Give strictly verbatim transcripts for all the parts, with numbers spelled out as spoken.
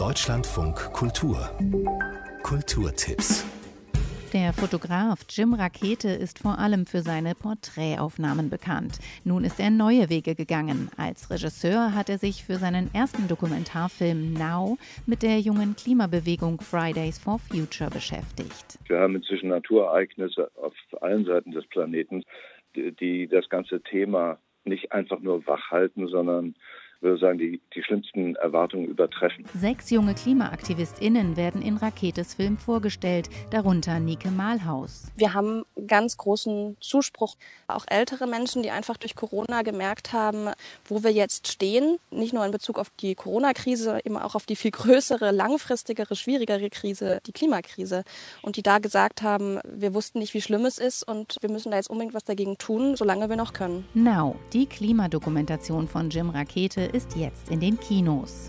Deutschlandfunk Kultur. Kulturtipps. Der Fotograf Jim Rakete ist vor allem für seine Porträtaufnahmen bekannt. Nun ist er neue Wege gegangen. Als Regisseur hat er sich für seinen ersten Dokumentarfilm Now mit der jungen Klimabewegung Fridays for Future beschäftigt. Wir haben inzwischen Naturereignisse auf allen Seiten des Planeten, die, die das ganze Thema nicht einfach nur wach halten, sondern ich würde sagen, die, die schlimmsten Erwartungen übertreffen. Sechs junge KlimaaktivistInnen werden in Raketes Film vorgestellt, darunter Nike Malhaus. Wir haben ganz großen Zuspruch. Auch ältere Menschen, die einfach durch Corona gemerkt haben, wo wir jetzt stehen. Nicht nur in Bezug auf die Corona-Krise, eben auch auf die viel größere, langfristigere, schwierigere Krise, die Klimakrise. Und die da gesagt haben, wir wussten nicht, wie schlimm es ist und wir müssen da jetzt unbedingt was dagegen tun, solange wir noch können. Now, die Klimadokumentation von Jim Rakete ist jetzt in den Kinos.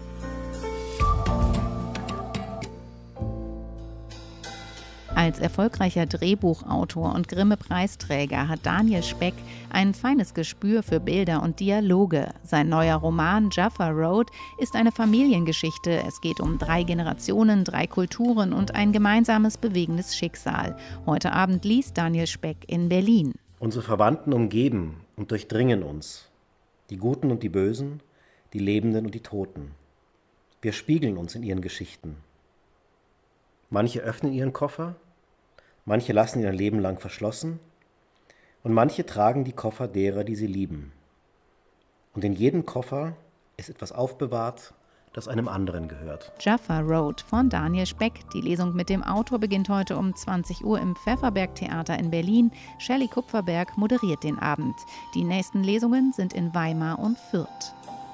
Als erfolgreicher Drehbuchautor und Grimme-Preisträger hat Daniel Speck ein feines Gespür für Bilder und Dialoge. Sein neuer Roman Jaffa Road ist eine Familiengeschichte. Es geht um drei Generationen, drei Kulturen und ein gemeinsames bewegendes Schicksal. Heute Abend liest Daniel Speck in Berlin. Unsere Verwandten umgeben und durchdringen uns. Die Guten und die Bösen, die Lebenden und die Toten. Wir spiegeln uns in ihren Geschichten. Manche öffnen ihren Koffer, manche lassen ihn ein Leben lang verschlossen und manche tragen die Koffer derer, die sie lieben. Und in jedem Koffer ist etwas aufbewahrt, das einem anderen gehört. Jaffa Road von Daniel Speck. Die Lesung mit dem Autor beginnt heute um zwanzig Uhr im Pfefferberg-Theater in Berlin. Shelley Kupferberg moderiert den Abend. Die nächsten Lesungen sind in Weimar und Fürth.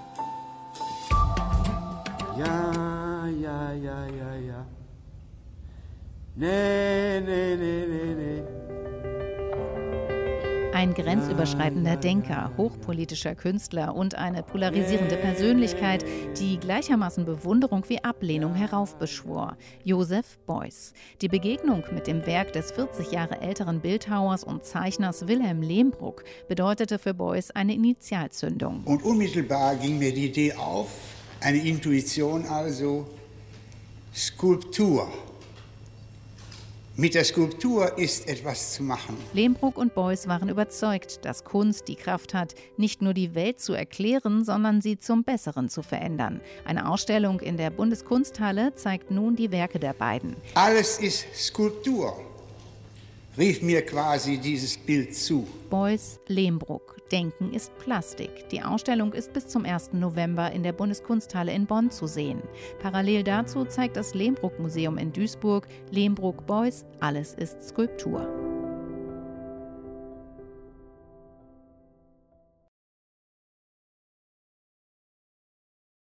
Ja, ja, ja, ja, ja. Nee, nee, nee, nee, nee. Ein grenzüberschreitender Denker, hochpolitischer Künstler und eine polarisierende Persönlichkeit, die gleichermaßen Bewunderung wie Ablehnung heraufbeschwor. Joseph Beuys. Die Begegnung mit dem Werk des vierzig Jahre älteren Bildhauers und Zeichners Wilhelm Lehmbruck bedeutete für Beuys eine Initialzündung. Und unmittelbar ging mir die Idee auf, eine Intuition also, Skulptur. Mit der Skulptur ist etwas zu machen. Lehmbruck und Beuys waren überzeugt, dass Kunst die Kraft hat, nicht nur die Welt zu erklären, sondern sie zum Besseren zu verändern. Eine Ausstellung in der Bundeskunsthalle zeigt nun die Werke der beiden. Alles ist Skulptur, rief mir quasi dieses Bild zu. Beuys, Lehmbruck. Denken ist Plastik. Die Ausstellung ist bis zum ersten November in der Bundeskunsthalle in Bonn zu sehen. Parallel dazu zeigt das Lehmbruck-Museum in Duisburg Lehmbruck Beuys, alles ist Skulptur.